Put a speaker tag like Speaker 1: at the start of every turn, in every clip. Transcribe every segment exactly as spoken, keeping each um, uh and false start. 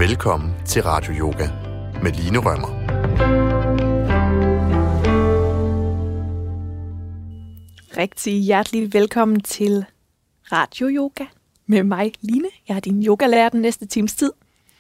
Speaker 1: Velkommen til Radio Yoga med Line Rømer.
Speaker 2: Rigtig hjertelig velkommen til Radio Yoga med mig, Line. Jeg er din yogalærer den næste times tid.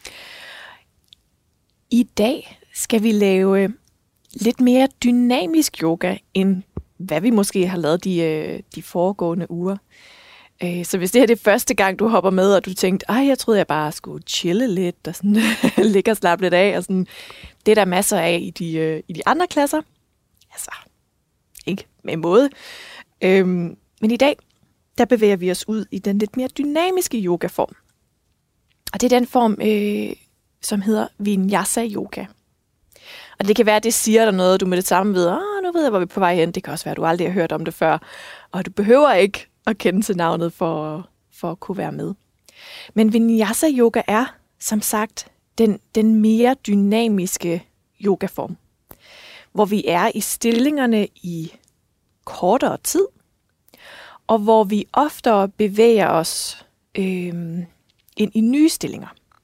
Speaker 2: I dag skal vi lave lidt mere dynamisk yoga, end hvad vi måske har lavet de, de foregående uger. Så hvis det her er det første gang, du hopper med, og du tænkte, ej, jeg troede, jeg bare skulle chille lidt, og sådan ligge og slappe lidt af, og sådan, det er der masser af i de, i de andre klasser. Altså, ikke med måde. Øhm, men i dag, der bevæger vi os ud i den lidt mere dynamiske yogaform. Og det er den form, øh, som hedder Vinyasa Yoga. Og det kan være, at det siger dig noget, du med det samme ved, åh, nu ved jeg, hvor vi er på vej hen. Det kan også være, at du aldrig har hørt om det før. Og du behøver ikke at kende til navnet for, for at kunne være med. Men Vinyasa Yoga er, som sagt, den, den mere dynamiske yogaform. Hvor vi er i stillingerne i kortere tid, og hvor vi oftere bevæger os øh, ind i nye stillinger.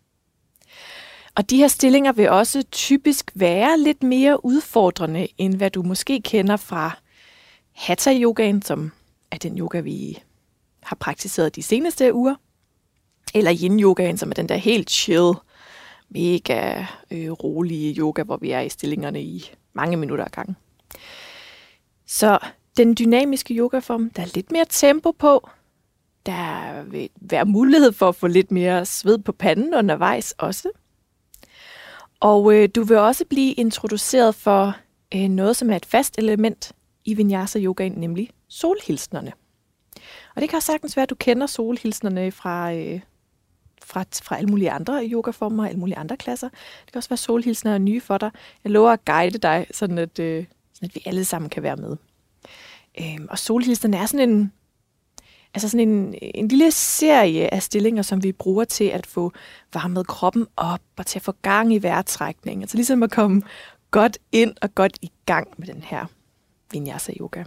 Speaker 2: Og de her stillinger vil også typisk være lidt mere udfordrende, end hvad du måske kender fra Hatha-yogaen, som er den yoga, vi har praktiseret de seneste uger, eller Yin-yogaen, som er den der helt chill, mega øh, rolige yoga, hvor vi er i stillingerne i mange minutter ad gangen. Så den dynamiske yogaform, der er lidt mere tempo på. Der vil være mulighed for at få lidt mere sved på panden undervejs også. Og øh, du vil også blive introduceret for øh, noget, som er et fast element i Vinyasa yogaen, nemlig solhilsnerne. Og det kan også sagtens være, at du kender solhilsnerne fra, øh, fra, fra alle mulige andre yogaformer og alle mulige andre klasser. Det kan også være, at solhilsner er nye for dig. Jeg lover at guide dig, sådan at, øh, sådan at vi alle sammen kan være med. Øhm, og solhilsnerne er sådan en, altså sådan en, en lille serie af stillinger, som vi bruger til at få varmet kroppen op og til at få gang i vejrtrækning. Altså ligesom at komme godt ind og godt i gang med den her Vinyasa Yoga.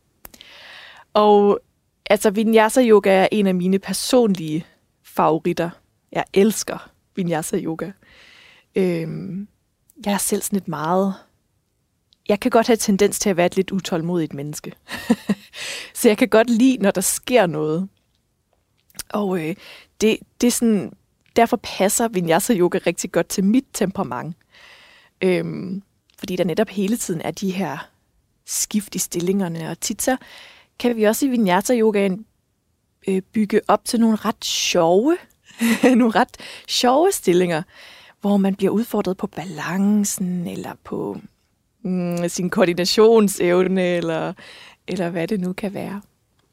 Speaker 2: Og altså Vinyasa Yoga er en af mine personlige favoritter. Jeg elsker Vinyasa Yoga. Øhm, jeg er selv sådan et meget... Jeg kan godt have tendens til at være et lidt utålmodigt menneske. Så jeg kan godt lide, når der sker noget. Og øh, det, det er sådan, derfor passer Vinyasa Yoga rigtig godt til mit temperament. Øhm, fordi der netop hele tiden er de her skift i stillingerne. Og tit så kan vi også i Vinyasa Yogaen øh, bygge op til nogle ret sjove, nogle ret sjove stillinger, hvor man bliver udfordret på balancen eller på mm, sin koordinationsevne eller, eller hvad det nu kan være.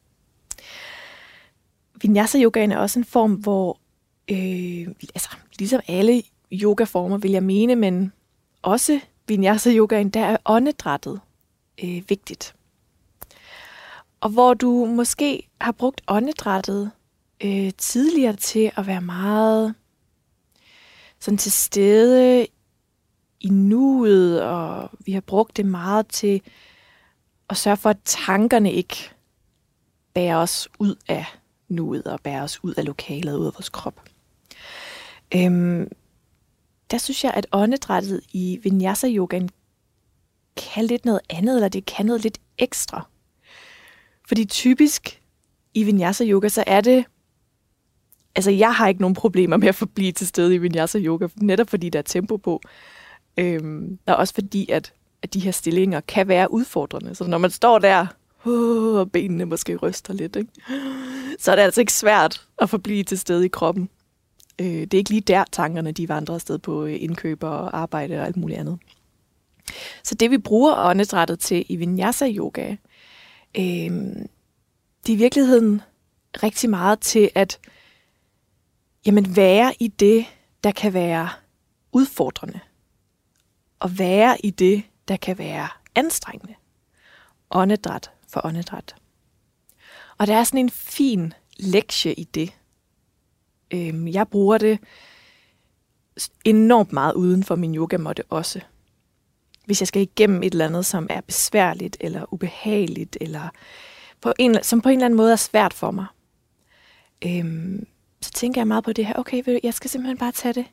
Speaker 2: Vinyasa Yogaen er også en form, hvor øh, altså, ligesom alle yogaformer vil jeg mene, men også Vinyasa Yogaen, der er åndedrættet øh, vigtigt. Og hvor du måske har brugt åndedrættet øh, tidligere til at være meget sådan til stede i nuet, og vi har brugt det meget til at sørge for, at tankerne ikke bærer os ud af nuet og bærer os ud af lokalet, ud af vores krop. Øhm, der synes jeg, at åndedrættet i Vinyasa Yogaen kan lidt noget andet, eller det kan noget lidt ekstra. Fordi typisk i Vinyasa Yoga, så er det, altså jeg har ikke nogen problemer med at forblive til stede i Vinyasa Yoga, netop fordi der er tempo på. Øhm, og også fordi, at, at de her stillinger kan være udfordrende. Så når man står der, uh, og benene måske ryster lidt, ikke? Så er det altså ikke svært at forblive til stede i kroppen. Øh, det er ikke lige der, tankerne de vandrer afsted på indkøb og arbejde og alt muligt andet. Så det vi bruger åndedrættet til i Vinyasa Yoga, øh, det er i virkeligheden rigtig meget til at jamen, være i det, der kan være udfordrende. Og være i det, der kan være anstrengende. Åndedræt for åndedræt. Og der er sådan en fin lektie i det. Øhm, jeg bruger det enormt meget uden for min yogamåtte også. Hvis jeg skal igennem et eller andet, som er besværligt eller ubehageligt, eller på en, som på en eller anden måde er svært for mig, øhm, så tænker jeg meget på det her. Okay, jeg skal simpelthen bare tage det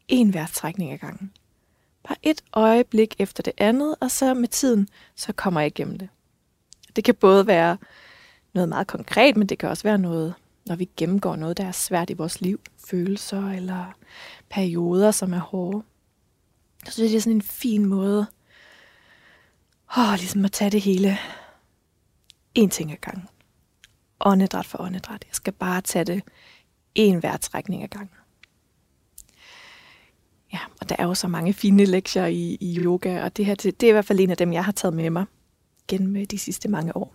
Speaker 2: en vejrtrækning ad gangen. Bare et øjeblik efter det andet, og så med tiden, så kommer jeg igennem det. Det kan både være noget meget konkret, men det kan også være noget, når vi gennemgår noget, der er svært i vores liv. Følelser eller perioder, som er hårde. Så synes jeg, det er sådan en fin måde åh, ligesom at tage det hele en ting ad gangen. Åndedræt for åndedræt. Jeg skal bare tage det en vejrtrækning ad gangen. Ja, og der er jo så mange fine lektier i, i yoga, og det her det er i hvert fald en af dem, jeg har taget med mig gennem de sidste mange år.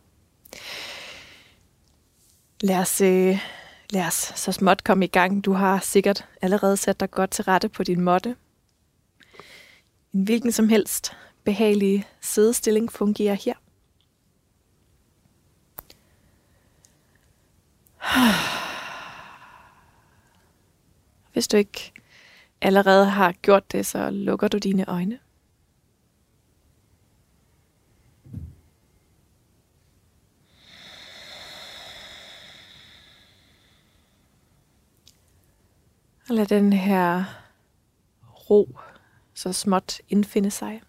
Speaker 2: Lad os, øh, lad os så småt komme i gang. Du har sikkert allerede sat dig godt til rette på din måtte. En hvilken som helst behagelig sidestilling fungerer her. Hvis du ikke allerede har gjort det, så lukker du dine øjne. Og lad den her ro så småt indfinde sig.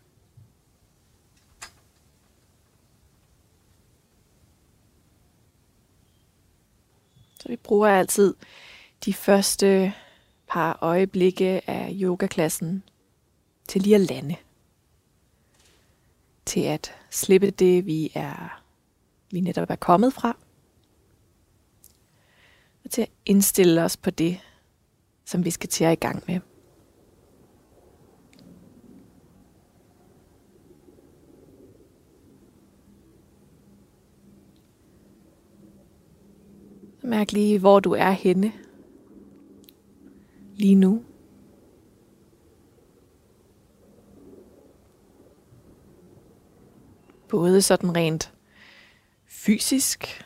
Speaker 2: Så vi bruger altid de første par øjeblikke af yogaklassen til lige at lande. Til at slippe det, vi er vi netop er kommet fra. Og til at indstille os på det, som vi skal til at i gang med. Mærk lige, hvor du er henne lige nu. Både sådan rent fysisk.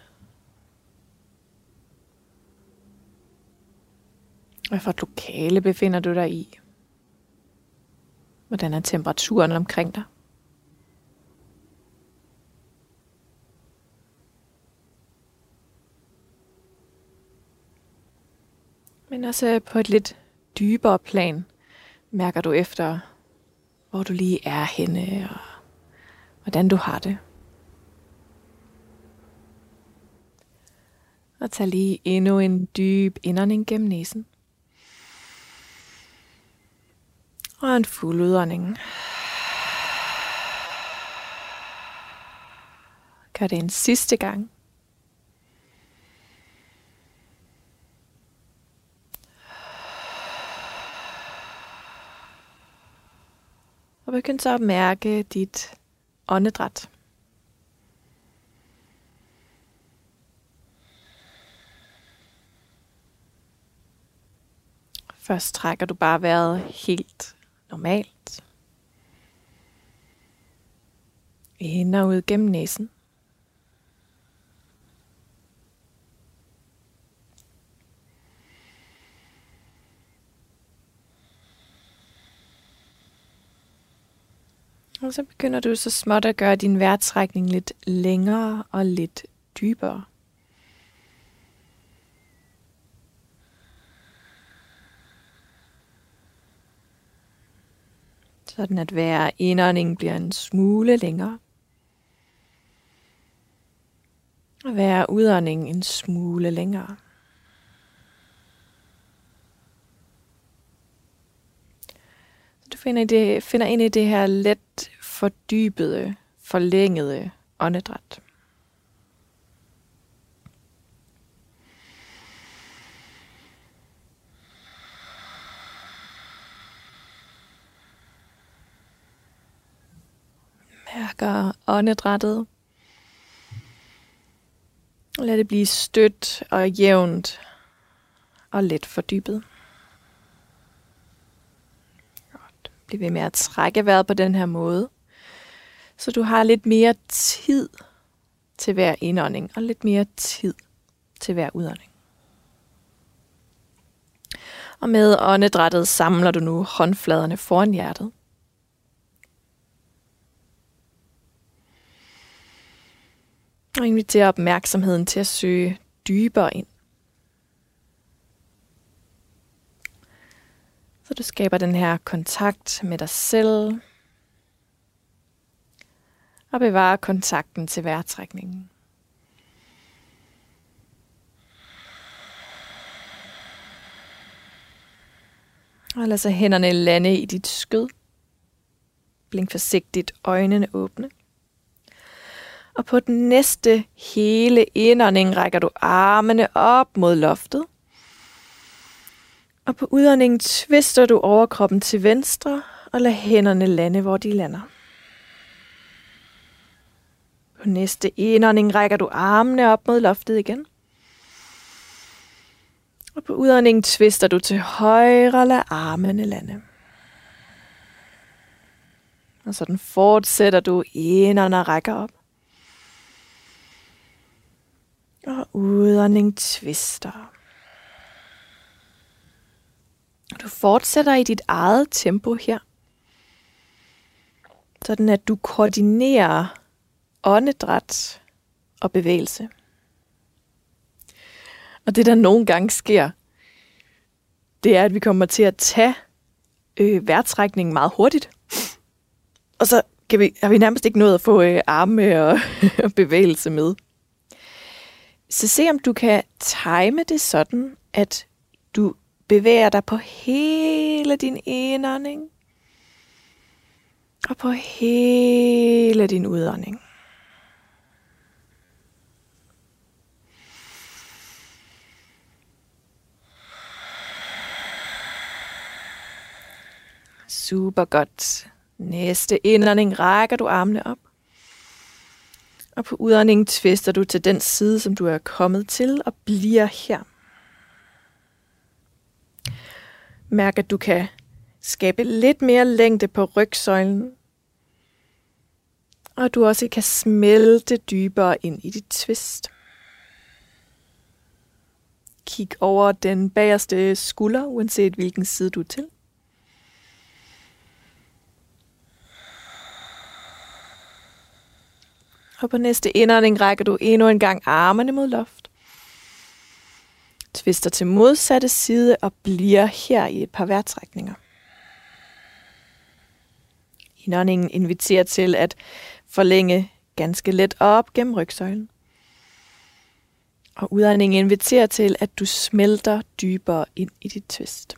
Speaker 2: Hvad for et lokale befinder du dig i? Hvordan er temperaturen omkring dig? Men også på et lidt dybere plan mærker du efter, hvor du lige er henne og hvordan du har det. Og tag lige endnu en dyb indånding gennem næsen. Og en fuld udånding. Gør det en sidste gang. Og begynd så at mærke dit åndedræt. Først trækker du bare vejret helt normalt. Ind og ud gennem næsen. Og så begynder du så småt at gøre din vejrtrækning lidt længere og lidt dybere. Sådan at hver indånding bliver en smule længere. Og hver udånding en smule længere. Så du finder, det, finder ind i det her let fordybede, forlængede åndedræt. Mærker åndedrættet. Lad det blive stødt og jævnt og let fordybet. Godt. Bliv ved med at trække vejret på den her måde, så du har lidt mere tid til hver indånding og lidt mere tid til hver udånding. Og med åndedrættet samler du nu håndfladerne foran hjertet. Og inviterer opmærksomheden til at søge dybere ind. Så du skaber den her kontakt med dig selv. Og bevarer kontakten til vejrtrækningen. Og lad så hænderne lande i dit skød. Blink forsigtigt øjnene åbne. Og på den næste hele indånding rækker du armene op mod loftet. Og på udåndingen twister du overkroppen til venstre og lad hænderne lande, hvor de lander. På næste indånding rækker du armene op mod loftet igen. Og på udåndingen twister du til højre og lad armene lande. Og sådan fortsætter du indånd og rækker op. Og udånding twister. Du fortsætter i dit eget tempo her. Sådan at du koordinerer åndedræt og bevægelse. Og det der nogle gange sker, det er, at vi kommer til at tage øh, vejrtrækningen meget hurtigt. Og så kan vi, har vi nærmest ikke nået at få øh, arme og, og bevægelse med. Så se om du kan time det sådan, at du bevæger dig på hele din indånding og på hele din udånding. Super godt. Næste indånding rækker du armene op. Og på udåndingen twister du til den side, som du er kommet til, og bliver her. Mærk, at du kan skabe lidt mere længde på rygsøjlen. Og du også kan smelte dybere ind i dit twist. Kig over den bagerste skulder, uanset hvilken side du er til. Og på næste indånding rækker du endnu en gang armene mod loft. Twister til modsatte side og bliver her i et par vejrtrækninger. Indåndingen inviterer til at forlænge ganske let op gennem rygsøjlen. Og udåndingen inviterer til, at du smelter dybere ind i dit twist.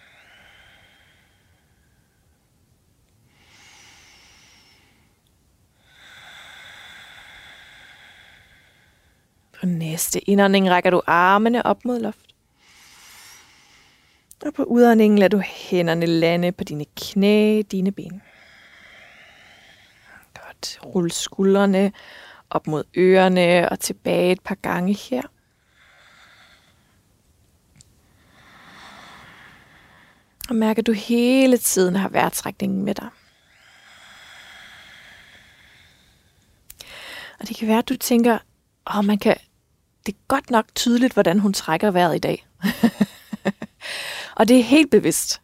Speaker 2: På næste indånding rækker du armene op mod loft. Og på udåndingen lader du hænderne lande på dine knæ, dine ben. Godt. Rul skuldrene op mod ørerne og tilbage et par gange her. Og mærk, at du hele tiden har vejrtrækningen med dig. Og det kan være, at du tænker, åh, man kan, det er godt nok tydeligt, hvordan hun trækker vejret i dag. Og det er helt bevidst.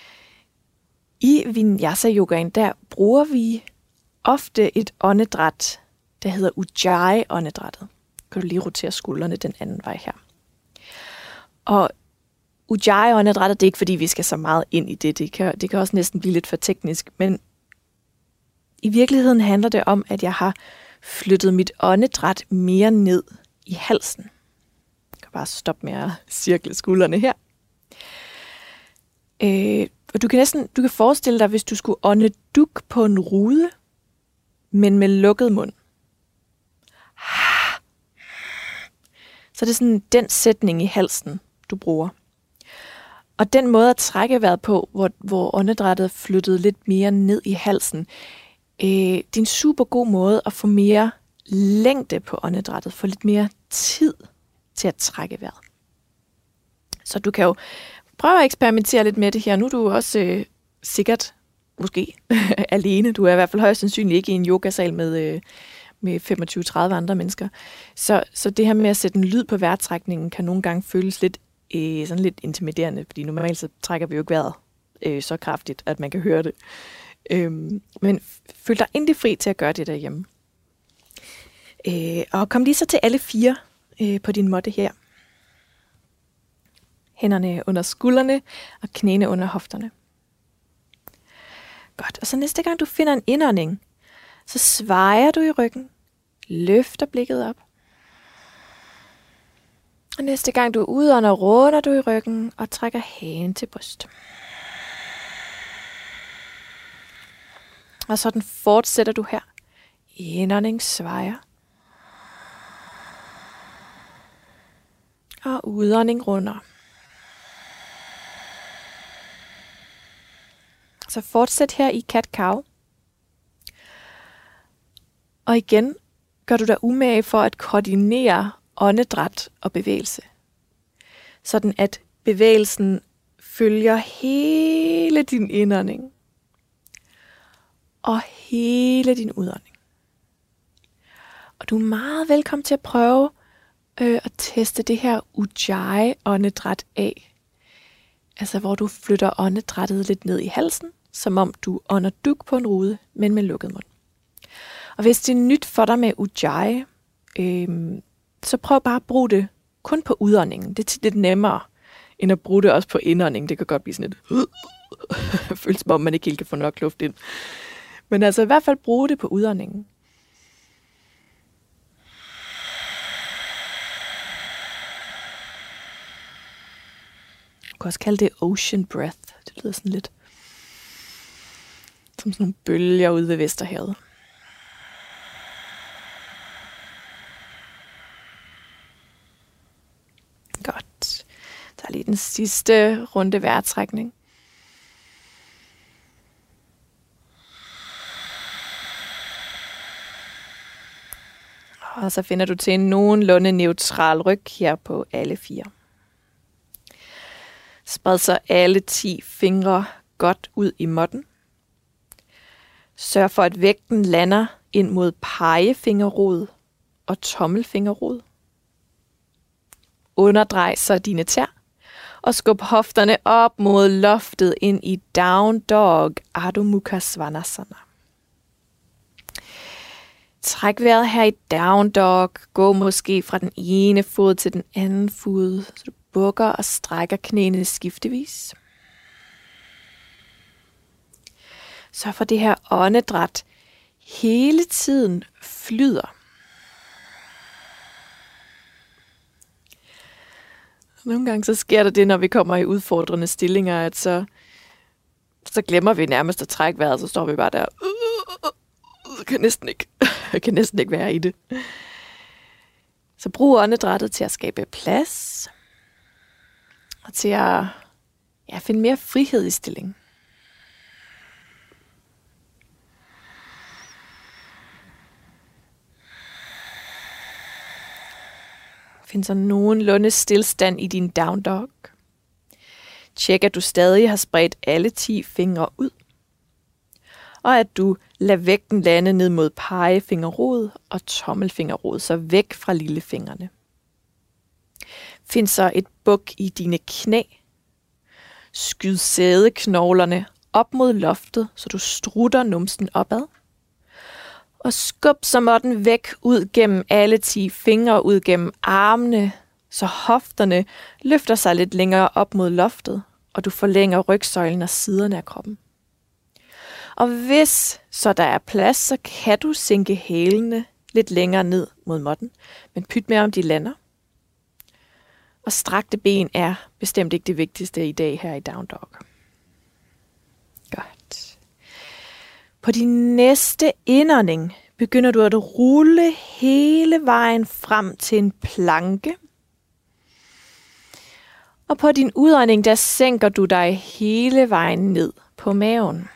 Speaker 2: I Vinyasa-yogaen, der bruger vi ofte et åndedræt, der hedder Ujjayi-åndedrættet. Kan du lige rotere skuldrene den anden vej her. Og Ujjayi-åndedrættet, det er ikke fordi, vi skal så meget ind i det. Det kan, det kan også næsten blive lidt for teknisk. Men i virkeligheden handler det om, at jeg har flyttet mit åndedræt mere ned i halsen. Jeg kan bare stoppe med at cirkle skuldrene her. Øh, og du kan næsten du kan forestille dig, hvis du skulle ånde duk på en rude, men med lukket mund. Så det er sådan den sætning i halsen, du bruger. Og den måde at trække vejret på, hvor, hvor åndedrættet er flyttet lidt mere ned i halsen, øh, det er en super god måde at få mere længde på åndedrættet, få lidt mere tid til at trække vejret. Så du kan jo prøve at eksperimentere lidt med det her. Nu er du også øh, sikkert, måske, alene. Du er i hvert fald højst sandsynligt ikke i en yogasal med, øh, med femogtyve til tredive andre mennesker. Så, så det her med at sætte en lyd på vejrtrækningen kan nogle gange føles lidt, øh, sådan lidt intimiderende, fordi normalt så trækker vi jo ikke vejret øh, så kraftigt, at man kan høre det. Øhm, men føl dig endelig fri til at gøre det derhjemme. Øh, og kom lige så til alle fire øh, på din måtte her. Hænderne under skuldrene og knæene under hofterne. Godt, og så næste gang du finder en indånding, så svejer du i ryggen, løfter blikket op. Og næste gang du udånder, runder du i ryggen og trækker hagen til bryst. Og sådan fortsætter du her. Indånding svejer. Og udånding runder. Så fortsæt her i kat-cow. Og igen gør du dig umage for at koordinere åndedræt og bevægelse. Sådan at bevægelsen følger hele din indånding og hele din udånding. Og du er meget velkommen til at prøve øh, at teste det her ujjayi-åndedræt af. Altså hvor du flytter åndedrættet lidt ned i halsen, som om du ånder dug på en rude, men med lukket mund. Og hvis det er nyt for dig med ujjayi, øh, så prøv bare at bruge det kun på udåndingen. Det er tit lidt nemmere, end at bruge det også på indåndingen. Det kan godt blive sådan lidt føles som om, man ikke helt kan få nok luft ind. Men altså i hvert fald bruge det på udåndingen. Du kan også kalde det ocean breath. Det lyder sådan lidt som sådan nogle bølger ude ved Vesterhavet. Godt. Der er lige den sidste runde vejrtrækning. Og så finder du til en nogenlunde neutral ryg her på alle fire. Spred så alle ti fingre godt ud i måtten. Sørg for, at vægten lander ind mod pegefingerrod og tommelfingerrod. Underdrej så dine tær og skub hofterne op mod loftet ind i Down Dog, Adho Mukha Svanasana. Træk vejret her i Down Dog. Gå måske fra den ene fod til den anden fod, så du bukker og strækker knæene skiftevis. Så for det her åndedræt hele tiden flyder. Nogle gange så sker der det, når vi kommer i udfordrende stillinger, at så, så glemmer vi nærmest at trække vejret, så står vi bare der. Jeg kan næsten ikke, jeg kan næsten ikke være i det. Så brug åndedrættet til at skabe plads og til at ja, finde mere frihed i stillingen. Find så nogenlunde stillstand i din down dog. Tjek, at du stadig har spredt alle ti fingre ud. Og at du lader vægten lande ned mod pegefingerrod og tommelfingerrod, så væk fra lillefingrene. Find så et buk i dine knæ. Skyd sædeknoglerne op mod loftet, så du strutter numsen opad. Og skub så måtten væk ud gennem alle ti fingre, ud gennem armene, så hofterne løfter sig lidt længere op mod loftet, og du forlænger rygsøjlen og siderne af kroppen. Og hvis så der er plads, så kan du sænke hælene lidt længere ned mod måtten, men pyt med om de lander. Og strakte ben er bestemt ikke det vigtigste i dag her i Down Dog. Godt. På din næste indånding begynder du at rulle hele vejen frem til en planke. Og på din udånding, der sænker du dig hele vejen ned på maven.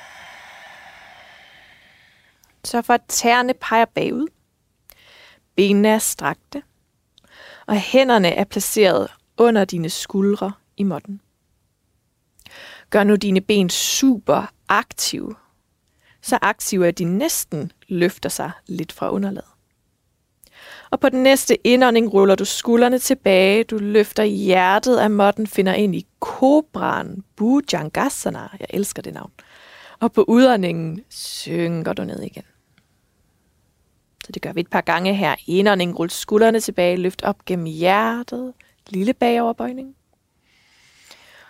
Speaker 2: Så for at tæerne peger bagud. Benene er strakte. Og hænderne er placeret under dine skuldre i måtten. Gør nu dine ben super aktive. Så aktive, at de næsten løfter sig lidt fra underlaget. Og på den næste indånding ruller du skuldrene tilbage. Du løfter hjertet af måtten, finder ind i kobraen, Bhujangasana. Jeg elsker det navn. Og på udåndingen synker du ned igen. Så det gør vi et par gange her. Indånding, rul skuldrene tilbage, løft op gennem hjertet, lille bagoverbøjning.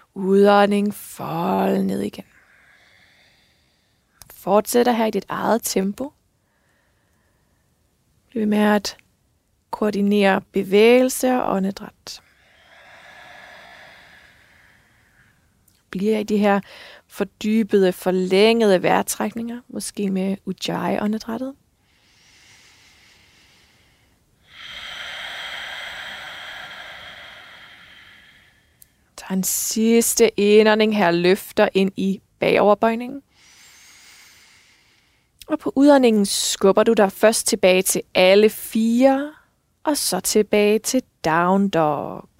Speaker 2: Udånding, fold ned igen. Fortsætter her i dit eget tempo. Bliv ved med at koordinere bevægelse og åndedræt. Bliver i de her fordybede, forlængede vejrtrækninger, måske med Ujjayi-åndedrættet. Tag en sidste indånding her, løfter ind i bagoverbøjningen. Og på udåndingen skubber du dig først tilbage til alle fire, og så tilbage til down dog.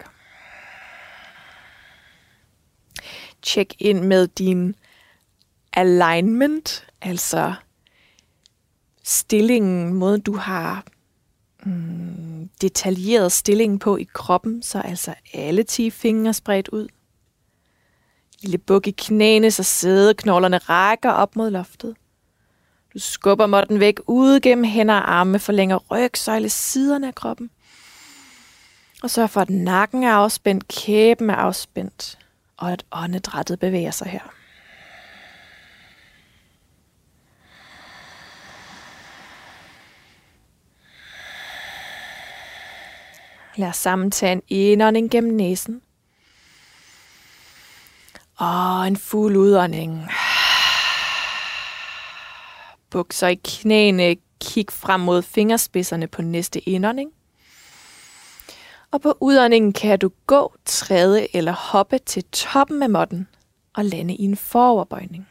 Speaker 2: Tjek ind med din alignment, altså stillingen, måden du har mm, detaljeret stillingen på i kroppen, så altså alle ti fingre spredt ud. Lille buk i knæene, så sædeknoglerne rækker op mod loftet. Du skubber måtten væk ud gennem hænder og arme, forlænger rygsøjle siderne af kroppen. Og sørg for, at nakken er afspændt, kæben er afspændt, og at åndedrættet bevæger sig her. Lad os sammen tage en indånding gennem næsen. Og en fuld udånding. Buk så i knæene, kig frem mod fingerspidserne på næste indånding. Og på udåndingen kan du gå, træde eller hoppe til toppen af måtten og lande i en foroverbøjning.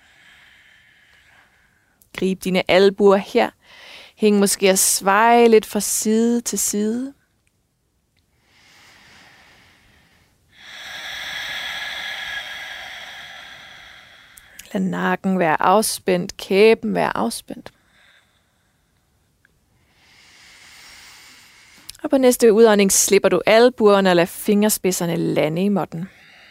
Speaker 2: Grib dine albuer her. Hæng måske og svej lidt fra side til side. Lad nakken være afspændt, kæben være afspændt. Og på næste udånding slipper du albuerne og lader fingerspidserne lande i måtten.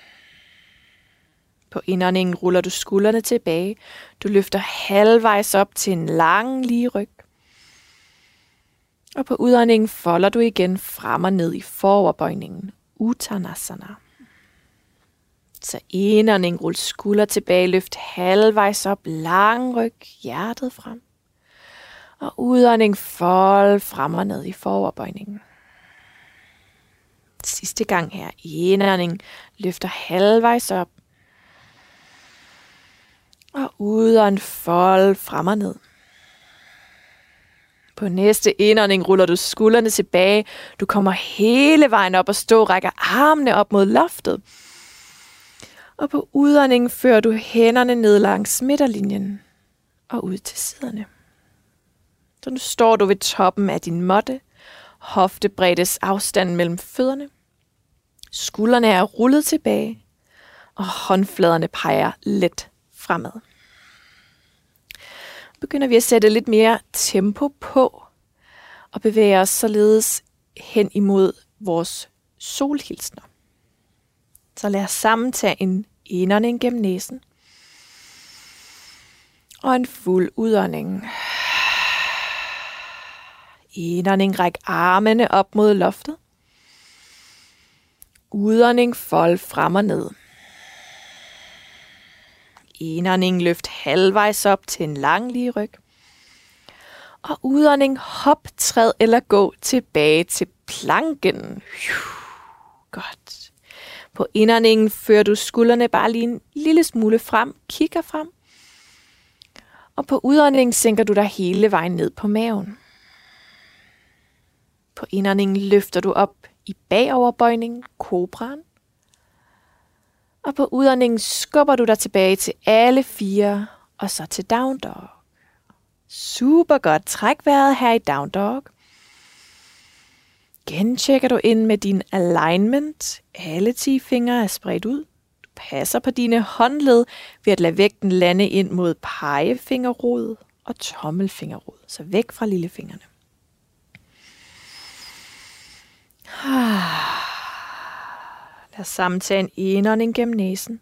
Speaker 2: På indåndingen ruller du skuldrene tilbage. Du løfter halvvejs op til en lang lige ryg. Og på udåndingen folder du igen frem og ned i foroverbøjningen, Uttanasana. Så indånding, rul skulder tilbage, løft halvvejs op, lang ryg, hjertet frem. Og udånding, fold frem og ned i foroverbøjningen. Sidste gang her, indånding, løfter halvvejs op. Og udånd, fold frem og ned. På næste indånding ruller du skuldrene tilbage. Du kommer hele vejen op og stå, rækker armene op mod loftet. Og på udåndingen fører du hænderne ned langs midterlinjen og ud til siderne. Så nu står du ved toppen af din måtte, hoftebreddes afstand mellem fødderne. Skuldrene er rullet tilbage, og håndfladerne peger let fremad. Nu begynder vi at sætte lidt mere tempo på, og bevæge os således hen imod vores solhilsner. Så lad os sammen tage en indånding gennem næsen. Og en fuld udånding. Indånding, ræk armene op mod loftet. Udånding, fold frem og ned. Indånding, løft halvvejs op til en lang lige ryg. Og udånding, hop, træd eller gå tilbage til planken. Godt. På indåndingen fører du skuldrene bare lige en lille smule frem, kigger frem. Og på udåndingen sænker du dig hele vejen ned på maven. På indåndingen løfter du op i bagoverbøjningen, kobraen. Og på udåndingen skubber du dig tilbage til alle fire, og så til down dog. Super godt. Træk vejret her i down dog. Gentjekker du ind med din alignment. Alle ti fingre er spredt ud. Du passer på dine håndled ved at lade vægten lande ind mod pegefingerrod og tommelfingerrod. Så væk fra lillefingrene. Lad os sammen tage en indånding gennem næsen.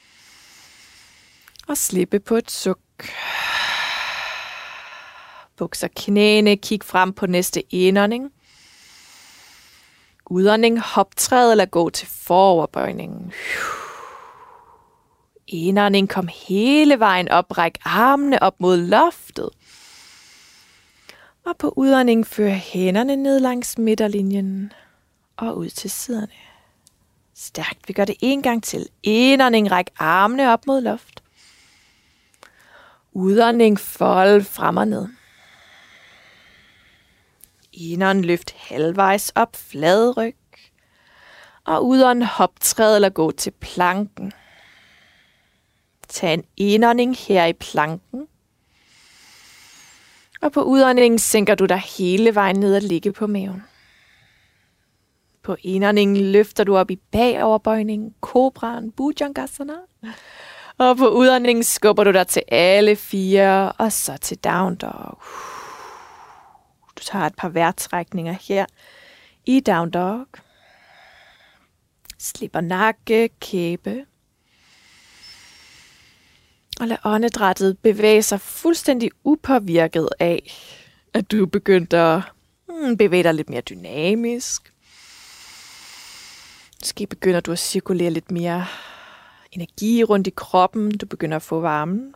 Speaker 2: Og slippe på et suk. Bukser knæene, kig frem på næste indånding. Udånding, hop, træd eller gå til foroverbøjningen. Indånding, kom hele vejen op, ræk armene op mod loftet. Og på udånding, før hænderne ned langs midterlinjen og ud til siderne. Stærkt, vi gør det en gang til. Indånding, ræk armene op mod loft. Udånding, fold frem og ned. Indånd, løft halvvejs op, flad ryg. Og udånd, hop, træd eller gå til planken. Tag en indånding her i planken. Og på udåndingen sænker du dig hele vejen ned og ligge på maven. På indåndingen løfter du op i bagoverbøjningen, kobraen, Bhujangasana. Og på udåndingen skubber du dig til alle fire, og så til down dog. Du tager et par vejrtrækninger her i down dog. Slipper nakke, kæbe. Og lad åndedrættet bevæge sig fuldstændig upåvirket af, at du er begyndt at hmm, bevæge dig lidt mere dynamisk. Måske begynder du at cirkulere lidt mere energi rundt i kroppen. Du begynder at få varmen.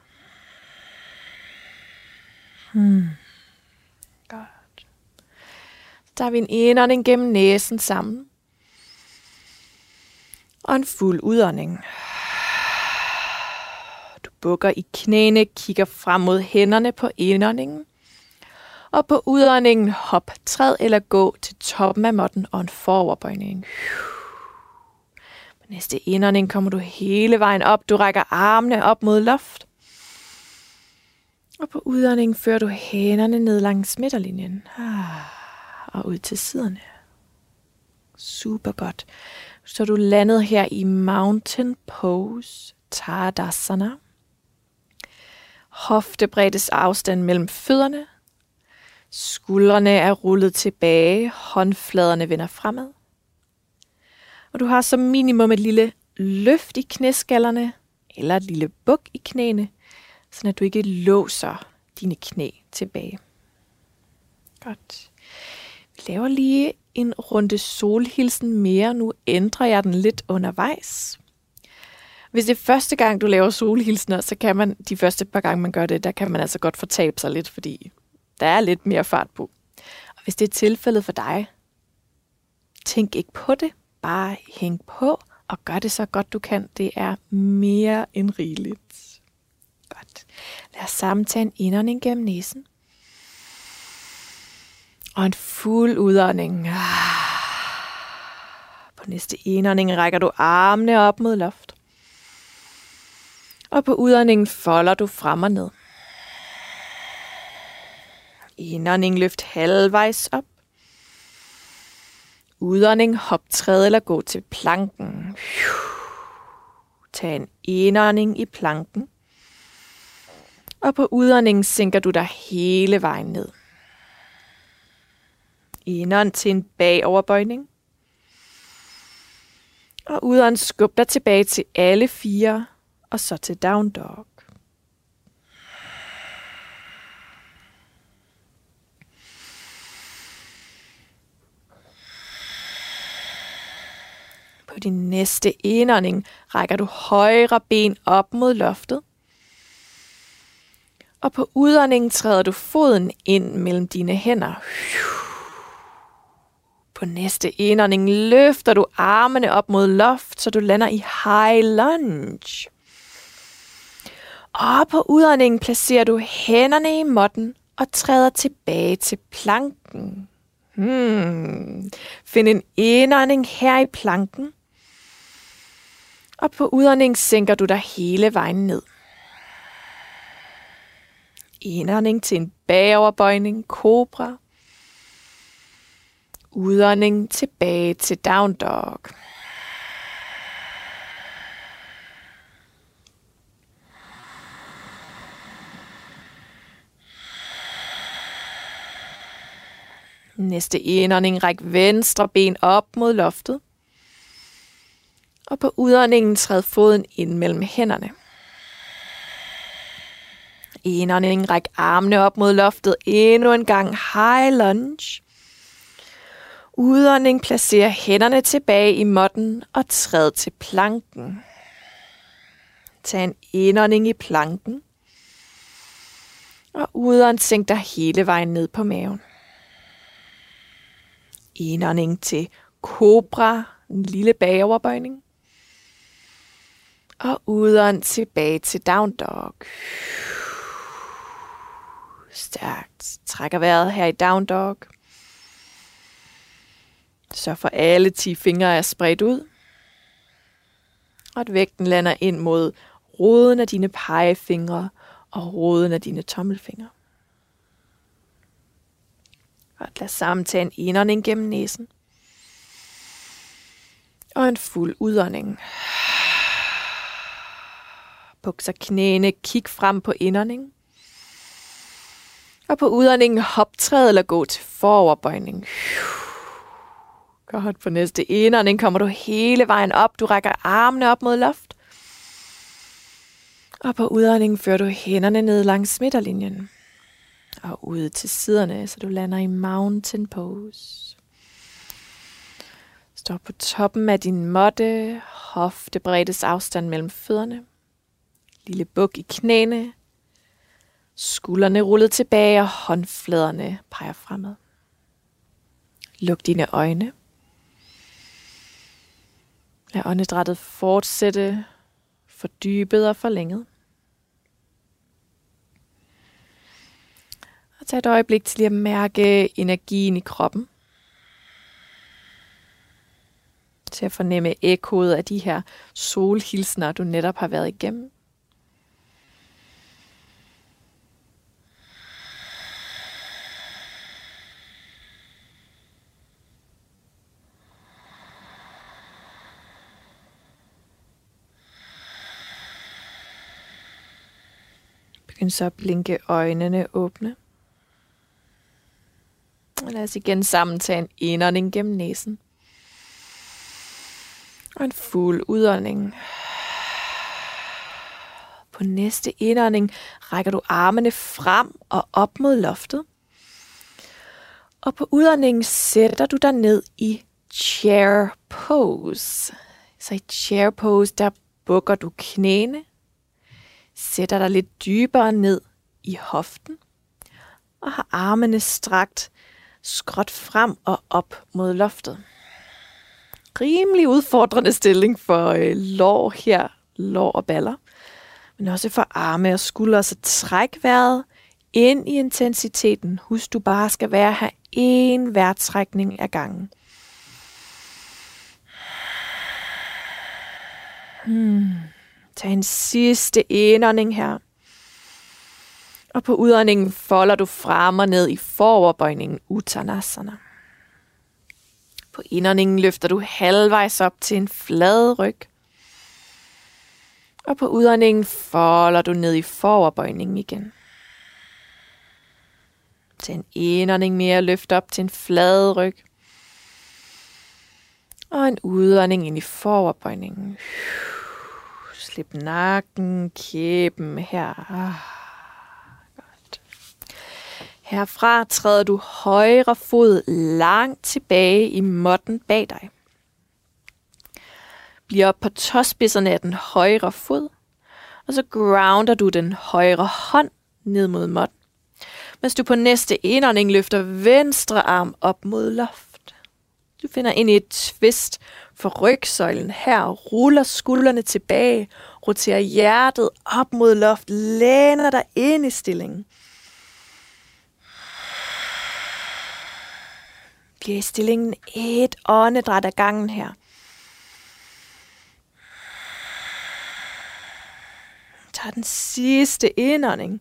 Speaker 2: Hmm. Godt. Så tager vi en indånding gennem næsen sammen. Og en fuld udånding. Du bukker i knæene, kigger frem mod hænderne på indåndingen. Og på udåndingen hop, træd eller gå til toppen af måtten og en foroverbøjning. På næste indånding kommer du hele vejen op. Du rækker armene op mod loft. Og på udåndingen fører du hænderne ned langs midterlinjen. Og ud til siderne. Super godt. Så er du landet her i Mountain Pose, Tadasana. Hoftebreddes afstand mellem fødderne. Skuldrene er rullet tilbage, håndfladerne vender fremad. Og du har som minimum et lille løft i knæskallerne, eller et lille buk i knæene, så at du ikke låser dine knæ tilbage. Godt. Vi laver lige en runde solhilsen mere. Nu ændrer jeg den lidt undervejs. Hvis det er første gang, du laver solhilsener, så kan man de første par gange, man gør det, der kan man altså godt fortabe sig lidt, fordi der er lidt mere fart på. Og hvis det er tilfældet for dig, tænk ikke på det. Bare hæng på og gør det så godt du kan. Det er mere end rigeligt. Godt. Lad os sammen tage en indånding gennem næsen. Og en fuld udånding. På næste indånding rækker du armene op mod loft. Og på udåndingen folder du frem og ned. Indånding løft halvvejs op. Udånding hop, træd eller gå til planken. Tag en indånding i planken. Og på udåndingen sænker du dig hele vejen ned. Indånd til en bagoverbøjning. Og udånd skub dig tilbage til alle fire. Og så til down dog. På din næste indånding rækker du højre ben op mod loftet. Og på udåndingen træder du foden ind mellem dine hænder. På næste indånding løfter du armene op mod loft, så du lander i high lunge. Og på udåndingen placerer du hænderne i måtten og træder tilbage til planken. Hmm. Find en indånding her i planken. Og på udåndingen sænker du dig hele vejen ned. Indånding til en bagoverbøjning, kobra. Udånding tilbage til down dog. Næste indånding, ræk venstre ben op mod loftet. Og på udåndingen træd foden ind mellem hænderne. Indånding, ræk armene op mod loftet. Endnu en gang high lunge. Udånding, placer hænderne tilbage i måtten og træd til planken. Tag en indånding i planken. Og udånd sænk dig hele vejen ned på maven. Indånding til kobra, en lille bagoverbøjning. Og udånd tilbage til down dog. Stærkt. Trækker vejret her i down dog. Så for alle ti fingre er spredt ud. Og at vægten lander ind mod roden af dine pegefingre og roden af dine tommelfingre. Og lad sammen tage en indånding gennem næsen. Og en fuld udånding. Bukser knæene, kig frem på indåndingen. Og på udåndingen hoptræd eller gå til foroverbøjning. Godt, på næste indånding kommer du hele vejen op. Du rækker armene op mod loft. Og på udåndingen fører du hænderne ned langs midterlinjen. Og ud til siderne, så du lander i mountain pose. Står på toppen af din måtte. Hoftebreddes afstand mellem fødderne. Lille buk i knæene. Skuldrene rullet tilbage, og håndfladerne peger fremad. Luk dine øjne. Lad åndedrættet fortsætte, fordybet og forlænget. Og tag et øjeblik til lige at mærke energien i kroppen. Til at fornemme ekkoet af de her solhilsner, du netop har været igennem. Begynd så at blinke øjnene åbne. Og lad os igen sammen tage en indånding gennem næsen. Og en fuld udånding. På næste indånding rækker du armene frem og op mod loftet. Og på udåndingen sætter du dig ned i chair pose. Så i chair pose, der bukker du knæene. Sætter dig lidt dybere ned i hoften. Og har armene strakt skråt frem og op mod loftet. Rimelig udfordrende stilling for øh, lår her, lår og baller. Men også for arme og skuldre, så træk vejret ind i intensiteten. Husk, du bare skal være her en vejrtrækning ad gangen. Hmm. Tag en sidste indånding her. Og på udåndingen folder du frem og ned i foroverbøjningen Uttanasana. På indåndingen løfter du halvvejs op til en flad ryg. Og på udåndingen folder du ned i foroverbøjningen igen. Tag en indånding mere, løft op til en flad ryg. Og en udånding ind i foroverbøjningen. Slip nakken, kæben her. Ah, godt. Herfra træder du højre fod langt tilbage i måtten bag dig. Bliv op på tåspidserne af den højre fod, og så grounder du den højre hånd ned mod måtten, mens du på næste indånding løfter venstre arm op mod loft. Du finder ind i et twist for rygsøjlen her, ruller skuldrene tilbage, roterer hjertet op mod loft, læner dig ind i stillingen. Bliv i stillingen et åndedræt ad gangen her. Tag den sidste indånding.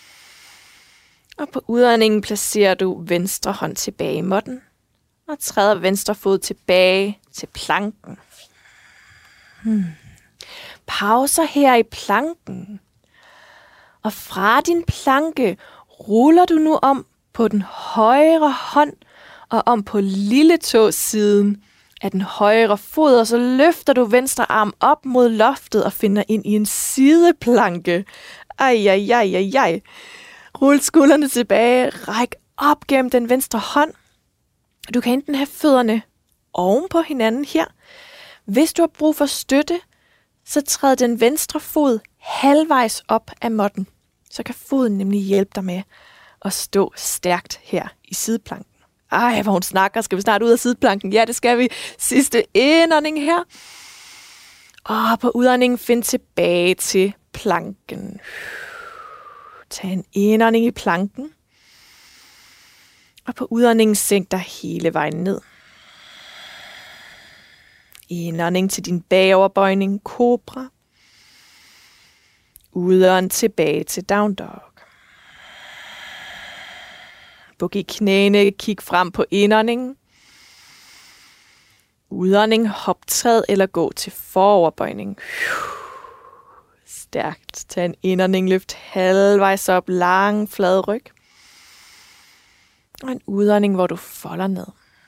Speaker 2: Og på udåndingen placerer du venstre hånd tilbage i måtten. Og træder venstre fod tilbage til planken. Hmm. Pauser her i planken. Og fra din planke ruller du nu om på den højre hånd og om på lille tåsiden af den højre fod, og så løfter du venstre arm op mod loftet og finder ind i en sideplanke. Ej, ej, ej, ej, ej. Rul skuldrene tilbage, ræk op gennem den venstre hånd. Du kan enten have fødderne oven på hinanden her. Hvis du har brug for støtte, så træd den venstre fod halvvejs op af måtten. Så kan foden nemlig hjælpe dig med at stå stærkt her i sideplanken. Ej, hvor hun snakker. Skal vi snart ud af sideplanken? Ja, det skal vi. Sidste indånding her. Og på udåndingen find tilbage til planken. Tag en indånding i planken. Og på udåndingen sænk dig hele vejen ned. Indånding til din bagoverbøjning, kobra. Udånd tilbage til down dog. Buk i knæene, kig frem på indåndingen. Udånding, hop, træd eller gå til foroverbøjning. Stærkt. Tag en indånding, løft halvvejs op, lang, flad ryg. Og en udånding, hvor du folder ned.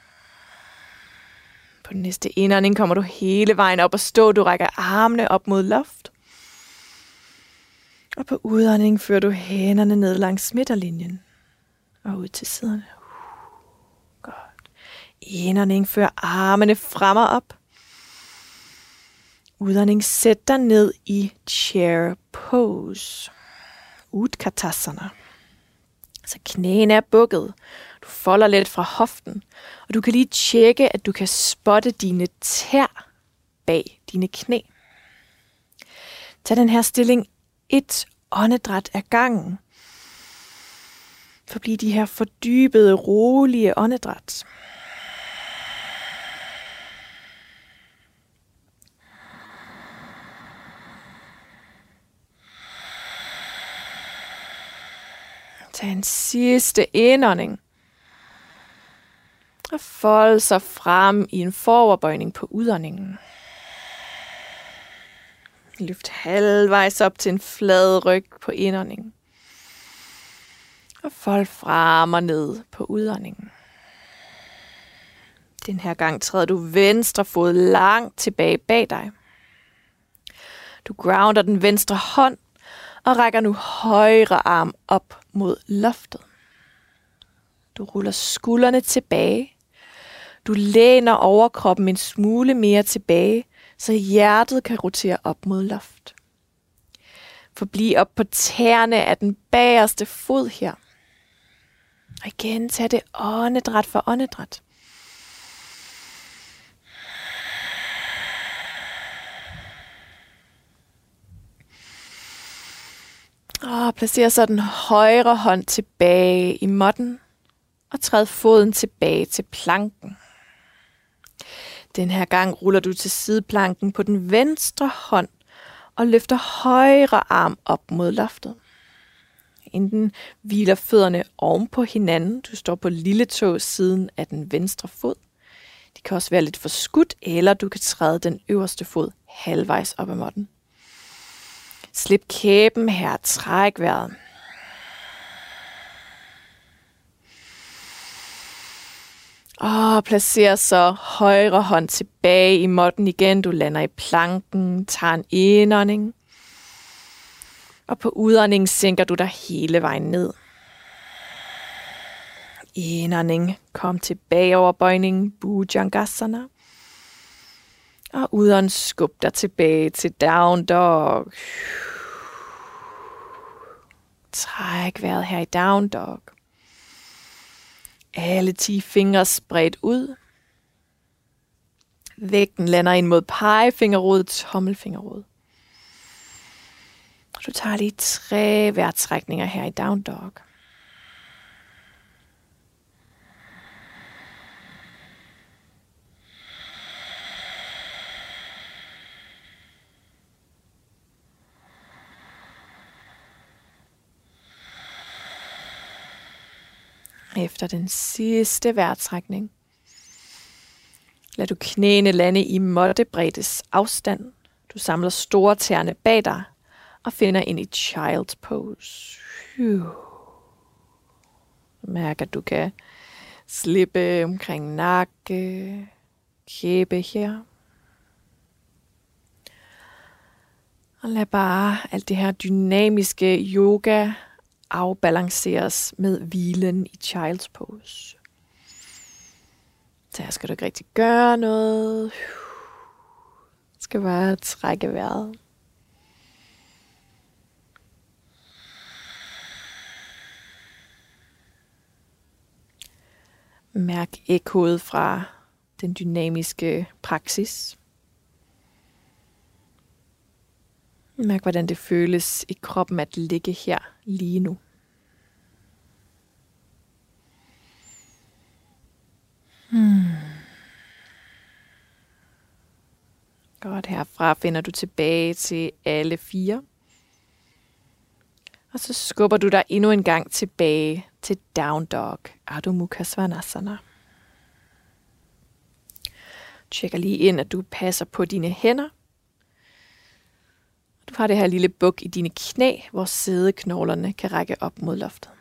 Speaker 2: På den næste indånding kommer du hele vejen op og stå. Du rækker armene op mod loft. Og på udånding fører du hænderne ned langs midterlinjen. Og ud til siderne. Godt. Indånding, fører armene frem og op. Udånding, sæt dig ned i chair pose. Utkatasana. Så knæene er bukket. Du folder lidt fra hoften. Og du kan lige tjekke, at du kan spotte dine tær bag dine knæ. Tag den her stilling et åndedræt ad gangen. Forbliv de her fordybede, rolige åndedræt. Tag en sidste indånding. Og fold sig frem i en foroverbøjning på udåndingen. Løft halvvejs op til en flad ryg på indåndingen. Og fold frem og ned på udåndingen. Den her gang træder du venstre fod langt tilbage bag dig. Du grounder den venstre hånd og rækker nu højre arm op mod loftet. Du ruller skuldrene tilbage. Du læner overkroppen en smule mere tilbage, så hjertet kan rotere op mod loft. Forbliv op på tæerne af den bagerste fod her. Og igen, tag det åndedræt for åndedræt. Og placer så den højre hånd tilbage i måtten. Og træd foden tilbage til planken. Den her gang ruller du til sideplanken på den venstre hånd og løfter højre arm op mod loftet. Enten hviler fødderne oven på hinanden. Du står på lille tå siden af den venstre fod. De kan også være lidt forskudt, eller du kan træde den øverste fod halvvejs op ad måtten. Slip kæben her, træk vejret. Og placer så højre hånd tilbage i måtten igen. Du lander i planken, tager en indånding. Og på udåndingen sænker du dig hele vejen ned. Indånding, kom tilbage over bøjningen, Bhujangasana. Og udånd, skub dig tilbage til down dog. Træk vejret her i down dog. Alle ti fingre spredt ud. Vægten lander ind mod pegefingerrodet, tommelfingerrodet. Og du tager lige tre vejrtrækninger her i down dog. Efter den sidste vejrtrækning, lad du knæene lande i måttebreddes afstand. Du samler store tæerne bag dig og finder ind i child's pose. Mærk, at du kan slippe omkring nakke, kæbe her. Og lad bare alt det her dynamiske yoga afbalanceres med hvilen i child's pose. Så her skal du ikke rigtig gøre noget. skal bare trække vejret. Mærk ekkoet fra den dynamiske praksis. Mærk, hvordan det føles i kroppen at ligge her lige nu. Hmm. Godt, herfra finder du tilbage til alle fire. Og så skubber du dig endnu en gang tilbage til Down Dog, Adho Mukha Svanasana. Tjekker lige ind, at du passer på dine hænder. Du har det her lille buk i dine knæ, hvor sædeknoglerne kan række op mod loftet.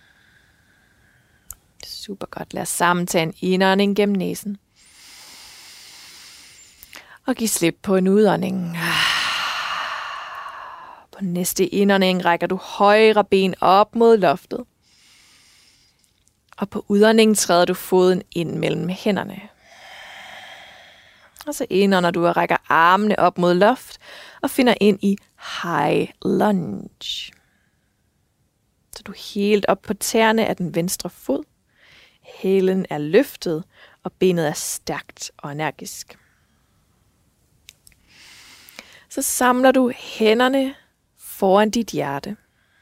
Speaker 2: Super godt. Lad os sammen tage en indånding gennem næsen. Og giv slip på en udånding. På næste indånding rækker du højre ben op mod loftet. Og på udåndingen træder du foden ind mellem hænderne. Og så indånder du og rækker armene op mod loft og finder ind i High Lunge. Så du er helt op på tæerne af den venstre fod. Hælen er løftet, og benet er stærkt og energisk. Så samler du hænderne foran dit hjerte.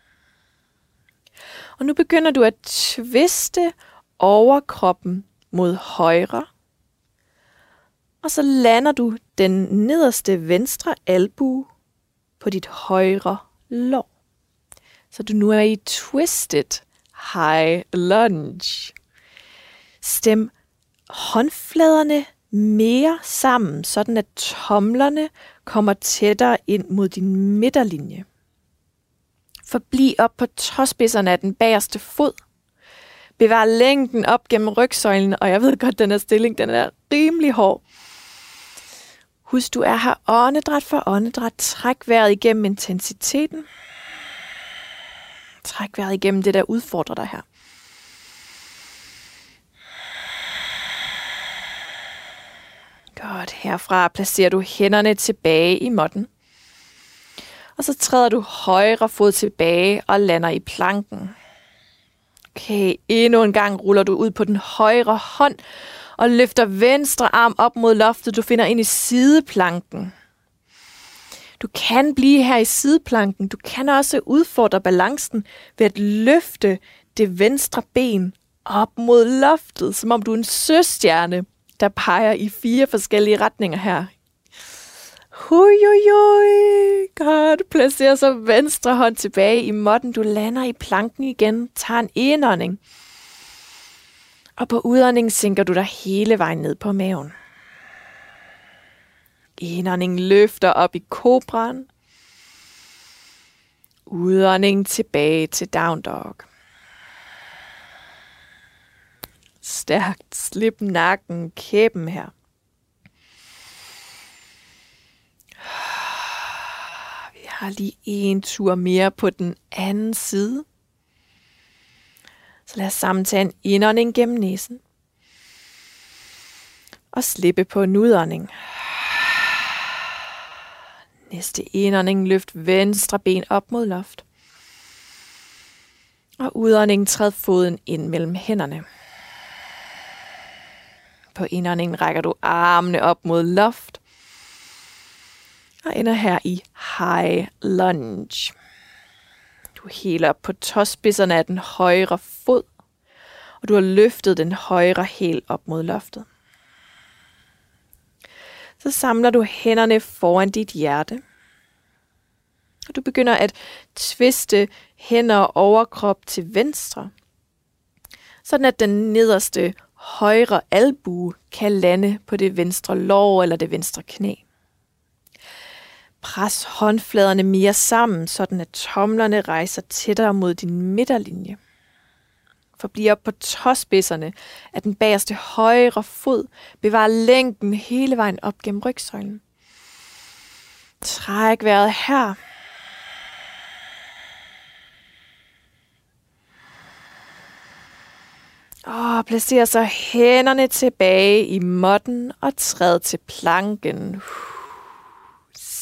Speaker 2: Og nu begynder du at tviste overkroppen mod højre. Og så lander du den nederste venstre albue på dit højre lår. Så du nu er i Twisted High Lunge. Stem håndfladerne mere sammen, sådan at tomlerne kommer tættere ind mod din midterlinje. Forbliv op på tåspidserne af den bagerste fod. Bevar længden op gennem rygsøjlen, og jeg ved godt, den her stilling den er rimelig hård. Husk, du er her åndedræt for åndedræt. Træk vejret igennem intensiteten. Træk vejret igennem det, der udfordrer dig her. Godt, herfra placerer du hænderne tilbage i måtten. Og så træder du højre fod tilbage og lander i planken. Okay, endnu en gang ruller du ud på den højre hånd og løfter venstre arm op mod loftet. Du finder ind i sideplanken. Du kan blive her i sideplanken. Du kan også udfordre balancen ved at løfte det venstre ben op mod loftet, som om du er en søstjerne, der peger i fire forskellige retninger her. Hui, hui, hui. Godt. Placer så venstre hånd tilbage i måtten. Du lander i planken igen. Tag en indånding. Og på udåndingen sænker du dig hele vejen ned på maven. Indåndingen løfter op i kobraen. Udåndingen tilbage til Down Dog. Stærkt. Slip nakken, kæben her. Vi har lige en tur mere på den anden side. Så lad os sammen tage en indånding gennem næsen. Og slippe på en udånding. Næste indånding, løft venstre ben op mod loft. Og udåndingen, træd foden ind mellem hænderne. På indåndingen rækker du armene op mod loft. Og ender her i High Lunge. Du er helt op på tåspidserne af den højre fod. Og du har løftet den højre hæl op mod loftet. Så samler du hænderne foran dit hjerte. Og du begynder at tviste hænder og overkrop til venstre. Sådan at den nederste højre albue kan lande på det venstre lår eller det venstre knæ. Pres håndfladerne mere sammen, sådan at tomlerne rejser tættere mod din midterlinje. Forbliv op på tåspidserne af den bagerste højre fod. Bevar længden hele vejen op gennem rygsøjlen. Træk vejret her. Og placer så hænderne tilbage i måtten og træd til planken.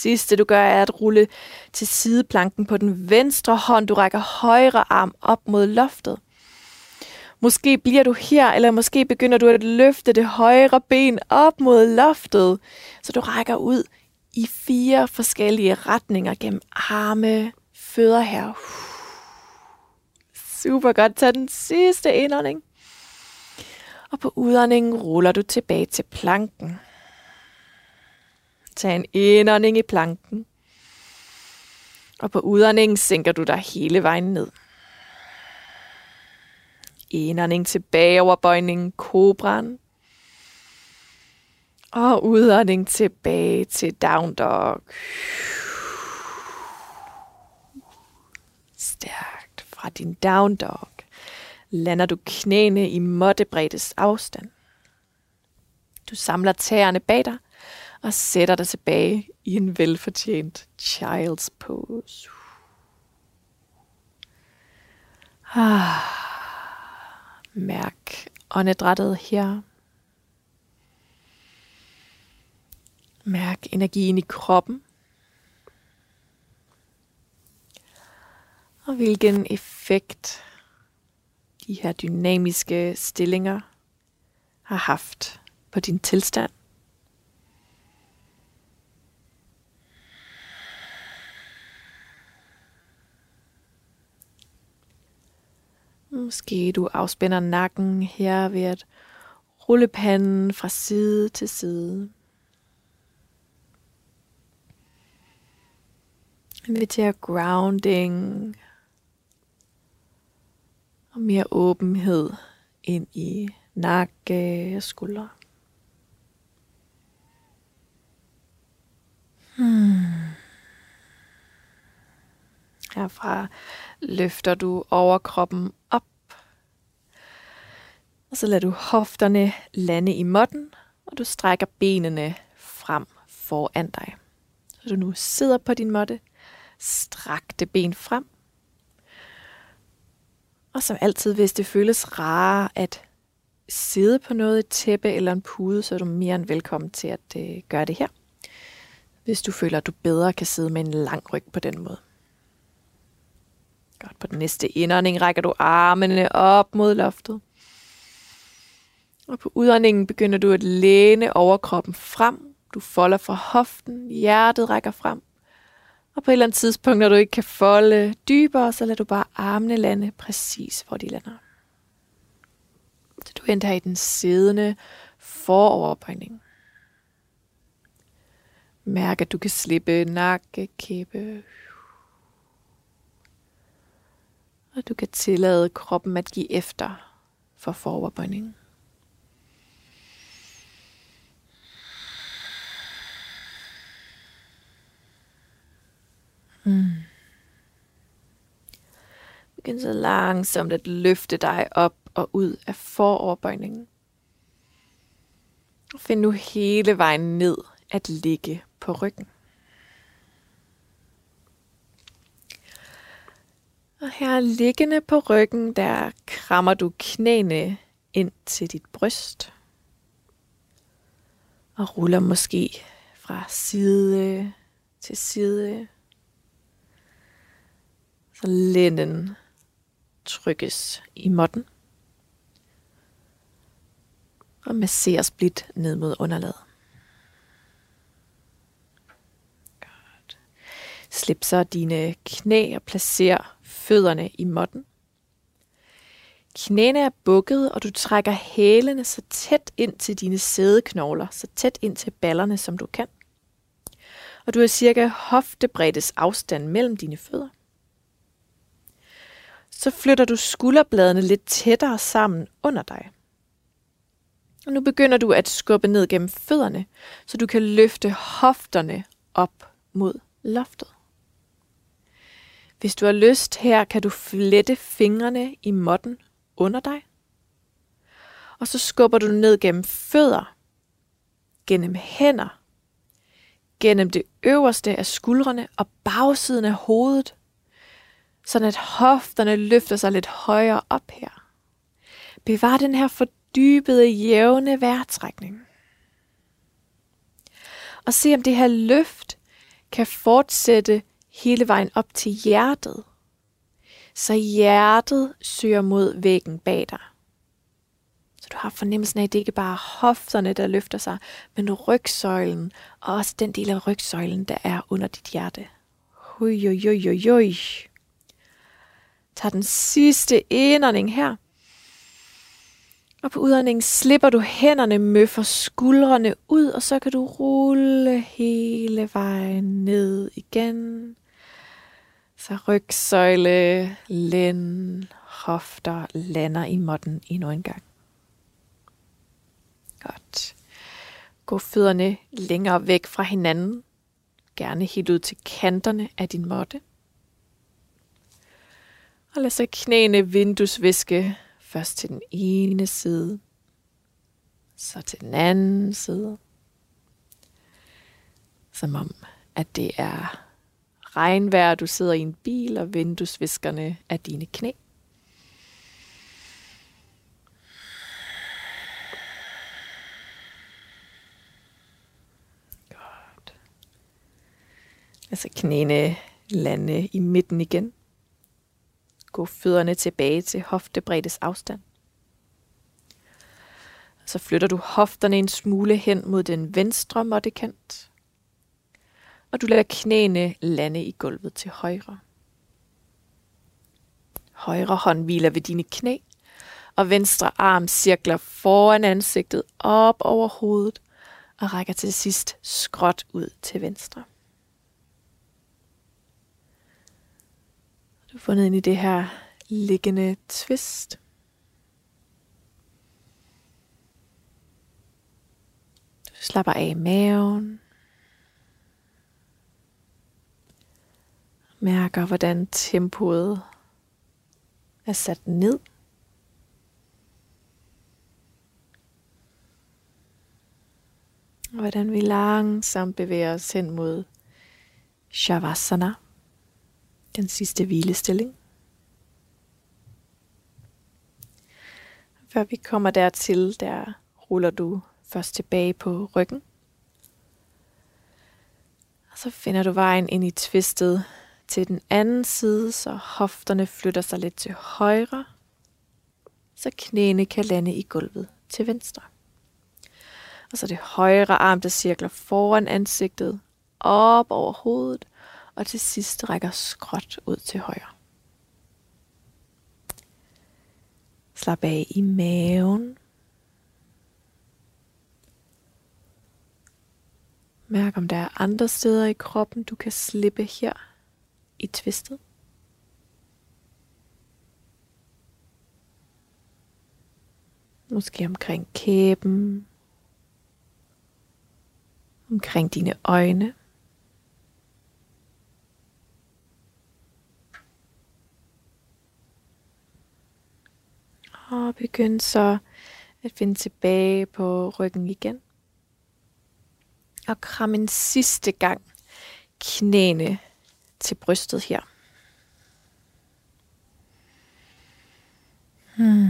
Speaker 2: sidste du gør er at rulle til sideplanken på den venstre hånd. Du rækker højre arm op mod loftet. Måske bliver du her, eller måske begynder du at løfte det højre ben op mod loftet, så du rækker ud i fire forskellige retninger gennem arme, fødder her. Super godt. Tag den sidste indånding. Og på udåndingen ruller du tilbage til planken. Tag en indånding i planken. Og på udåndingen sænker du dig hele vejen ned. Indånding tilbage over bøjningen, kobraen. Og udånding tilbage til down dog. Stærkt. Fra din down dog lander du knæene i måttebreddes afstand. Du samler tæerne bag dig og sætter dig tilbage i en velfortjent child's pose. Ah. Mærk åndedrættet her. Mærk energien i kroppen. Og hvilken effekt de her dynamiske stillinger har haft på din tilstand. Måske du afspænder nakken her ved at rulle panden fra side til side. Inviter grounding og mere åbenhed ind i nakke og skuldre. Hmm. Herfra løfter du overkroppen op. Og så lader du hofterne lande i måtten, og du strækker benene frem foran dig. Så du nu sidder på din måtte, strakte ben frem. Og som altid, hvis det føles rarere at sidde på noget, et tæppe eller en pude, så er du mere end velkommen til at øh, gøre det her. Hvis du føler, at du bedre kan sidde med en lang ryg på den måde. Godt, på den næste indånding rækker du armene op mod loftet. Og på udåndingen begynder du at læne overkroppen frem. Du folder fra hoften, hjertet rækker frem. Og på et eller andet tidspunkt, når du ikke kan folde dybere, så lader du bare armene lande præcis, hvor de lander. Så du ender i den siddende foroverbøjning. Mærk, at du kan slippe nakke, kæbe. Og du kan tillade kroppen at give efter for foroverbøjningen. Mm. Begynd så langsomt at løfte dig op og ud af foroverbøjningen. Og find nu hele vejen ned at ligge på ryggen. Og her liggende på ryggen, der krammer du knæene ind til dit bryst. Og ruller måske fra side til side. Så lænden trykkes i måtten. Og masseres blidt ned mod underlaget. Godt. Slip så dine knæ og placer fødderne i måtten. Knæene er bukket, og du trækker hælene så tæt ind til dine sædeknogler, så tæt ind til ballerne, som du kan. Og du har cirka hoftebreddes afstand mellem dine fødder. Så flytter du skulderbladene lidt tættere sammen under dig. Og nu begynder du at skubbe ned gennem fødderne, så du kan løfte hofterne op mod loftet. Hvis du har lyst her, kan du flette fingrene i måtten under dig. Og så skubber du ned gennem fødder, gennem hænder, gennem det øverste af skuldrene og bagsiden af hovedet, sådan at hofterne løfter sig lidt højere op her. Bevar den her fordybede, jævne vejrtrækning. Og se om det her løft kan fortsætte hele vejen op til hjertet. Så hjertet søger mod væggen bag dig. Så du har fornemmelsen af, at det ikke bare er hofterne, der løfter sig, men rygsøjlen, og også den del af rygsøjlen, der er under dit hjerte. Hui, hui, hui, hui, hui. Tag den sidste indånding her. Og på udåndingen slipper du hænderne, møffer skuldrene ud, og så kan du rulle hele vejen ned igen. Så rygsøjle, lænd, hofter lander i måtten endnu en gang. Godt. Gå fødderne længere væk fra hinanden. Gerne helt ud til kanterne af din måtte. Og lad så knæene vinduesviske først til den ene side, så til den anden side. Som om, at det er regnvejr, du sidder i en bil, og vinduesviskerne er dine knæ. Godt. Altså knæene lande i midten igen. Gå fødderne tilbage til hoftebreddes afstand. Så flytter du hofterne en smule hen mod den venstre måttekant. Og du lader knæene lande i gulvet til højre. Højre hånd hviler ved dine knæ, og venstre arm cirkler foran ansigtet op over hovedet og rækker til sidst skråt ud til venstre. Du er fundet ind i det her liggende twist. Du slapper af i maven. Mærker, hvordan tempoet er sat ned. Og hvordan vi langsomt bevæger os hen mod Shavasana. Den sidste hvilestilling. Før vi kommer dertil, der ruller du først tilbage på ryggen. Og så finder du vejen ind i twistet til den anden side, så hofterne flytter sig lidt til højre. Så knæene kan lande i gulvet til venstre. Og så det højre arm, der cirkler foran ansigtet, op over hovedet, og til sidst rækker skråt ud til højre. Slap af i maven. Mærk, om der er andre steder i kroppen, du kan slippe her i twistet. Måske omkring kæben. Omkring dine øjne. Og begynd så at finde tilbage på ryggen igen. Og kram en sidste gang knæene til brystet her. Hmm.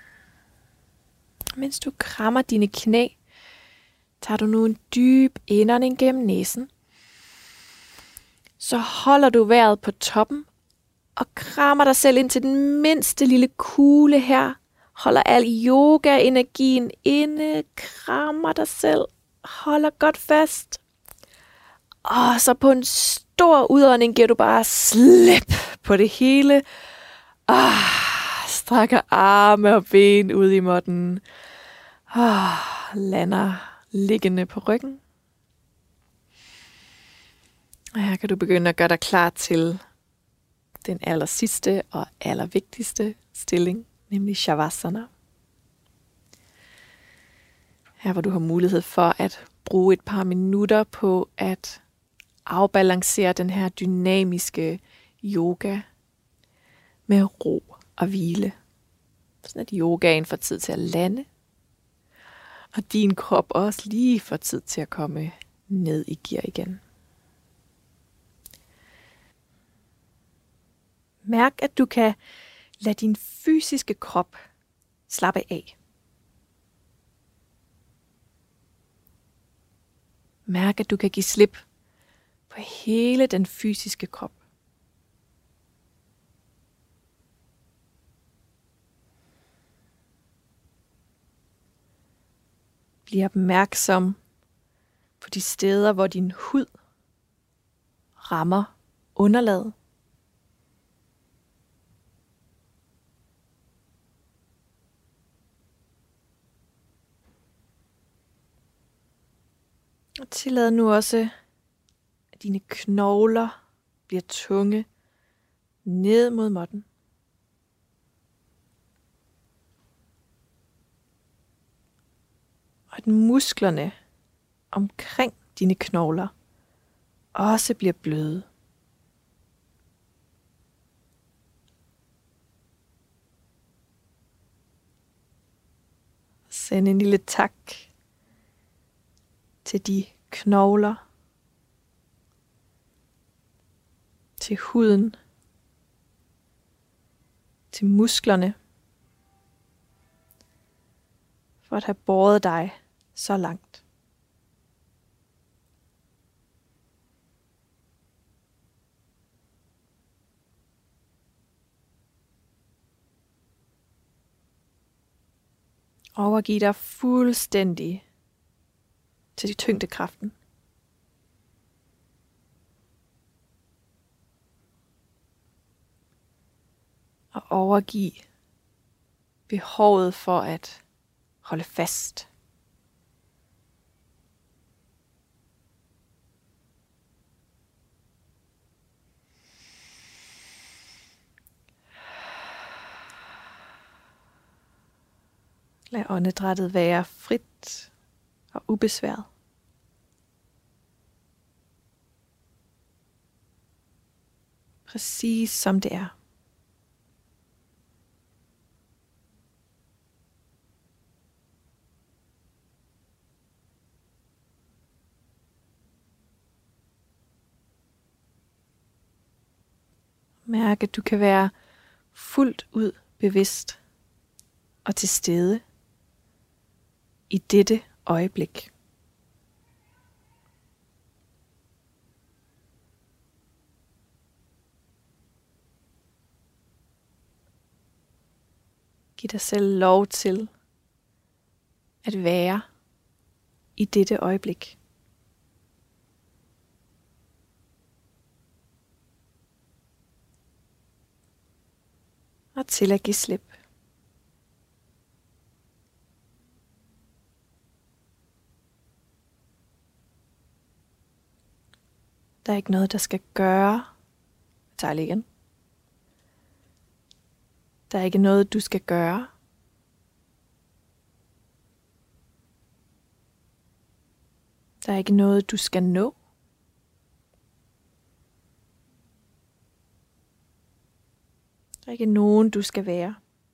Speaker 2: Mens du krammer dine knæ, tager du nu en dyb indånding gennem næsen. Så holder du vejret på toppen og krammer dig selv ind til den mindste lille kugle her. Holder al yoga-energien inde, krammer dig selv, holder godt fast. Og så på en stor udånding giver du bare slip på det hele. Ah, strækker arme og ben ud i måtten. Ah, lander liggende på ryggen. Og her kan du begynde at gøre dig klar til den aller sidste og allervigtigste stilling, nemlig Shavasana. Her hvor du har mulighed for at bruge et par minutter på at afbalancere den her dynamiske yoga med ro og hvile. Sådan at yogaen får tid til at lande, og din krop også lige får tid til at komme ned i gear igen. Mærk, at du kan lade din fysiske krop slappe af. Mærk, at du kan give slip på for hele den fysiske krop. Bliv opmærksom på de steder, hvor din hud rammer underlaget. Og tillad nu også, at dine knogler bliver tunge ned mod måtten. Og at musklerne omkring dine knogler også bliver bløde. Send en lille tak til de knogler, til huden, til musklerne, for at have båret dig så langt. Overgiv dig fuldstændig til tyngdekraften. Og overgiv behovet for at holde fast. Lad åndedrættet være frit og ubesværet. Præcis som det er. Mærk, at du kan være fuldt ud bevidst og til stede i dette øjeblik. Giv dig selv lov til at være i dette øjeblik. Og til at give slip. Der er ikke noget, der skal gøre. Jeg tager lige igen. Der er ikke noget, du skal gøre. Der er ikke noget, du skal nå. Der er ikke nogen, du skal være.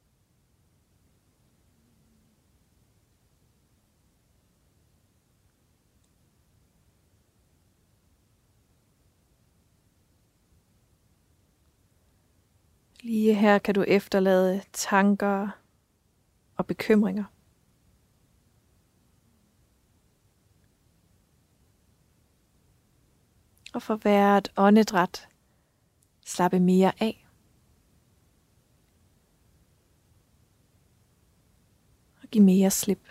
Speaker 2: Lige her kan du efterlade tanker og bekymringer. Og for hvert åndedræt slappe mere af. Og give mere slip.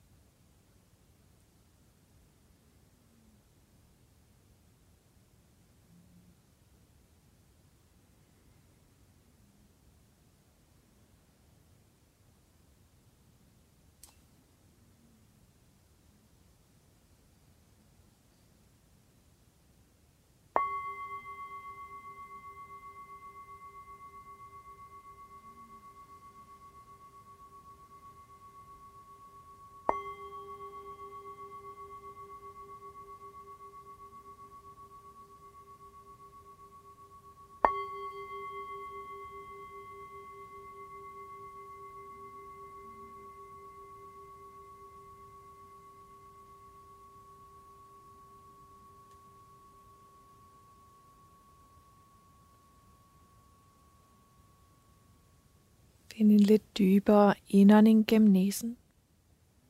Speaker 2: Find en lidt dybere indånding gennem næsen.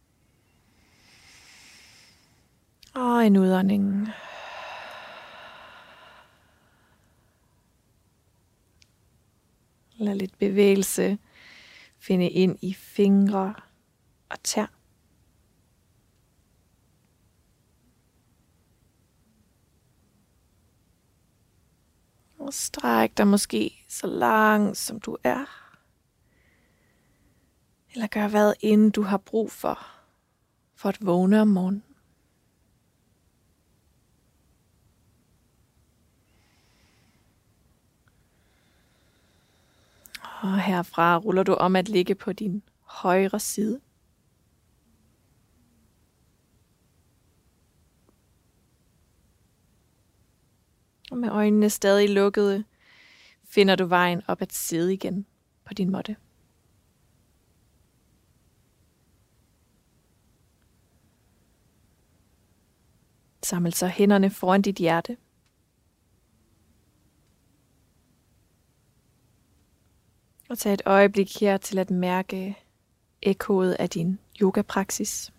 Speaker 2: Og en udånding. Lad lidt bevægelse finde ind i fingre og tær. Og stræk dig måske så langt, som du er. Eller gør hvad end du har brug for, for at vågne om morgenen. Og herfra ruller du om at ligge på din højre side. Og med øjnene stadig lukkede, finder du vejen op at sidde igen på din måtte. Saml så hænderne foran dit hjerte. Og tag et øjeblik her til at mærke ekkoet af din yogapraksis.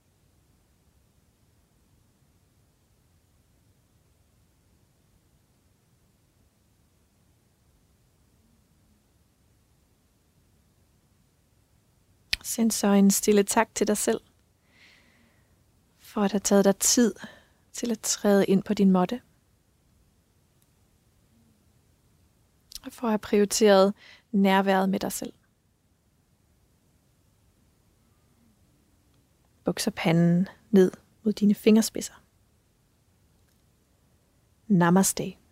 Speaker 2: Send så en stille tak til dig selv, for at have taget dig tid til at træde ind på din måtte. Og for at have prioriteret nærværet med dig selv. Bukser panden ned mod dine fingerspidser. Namaste.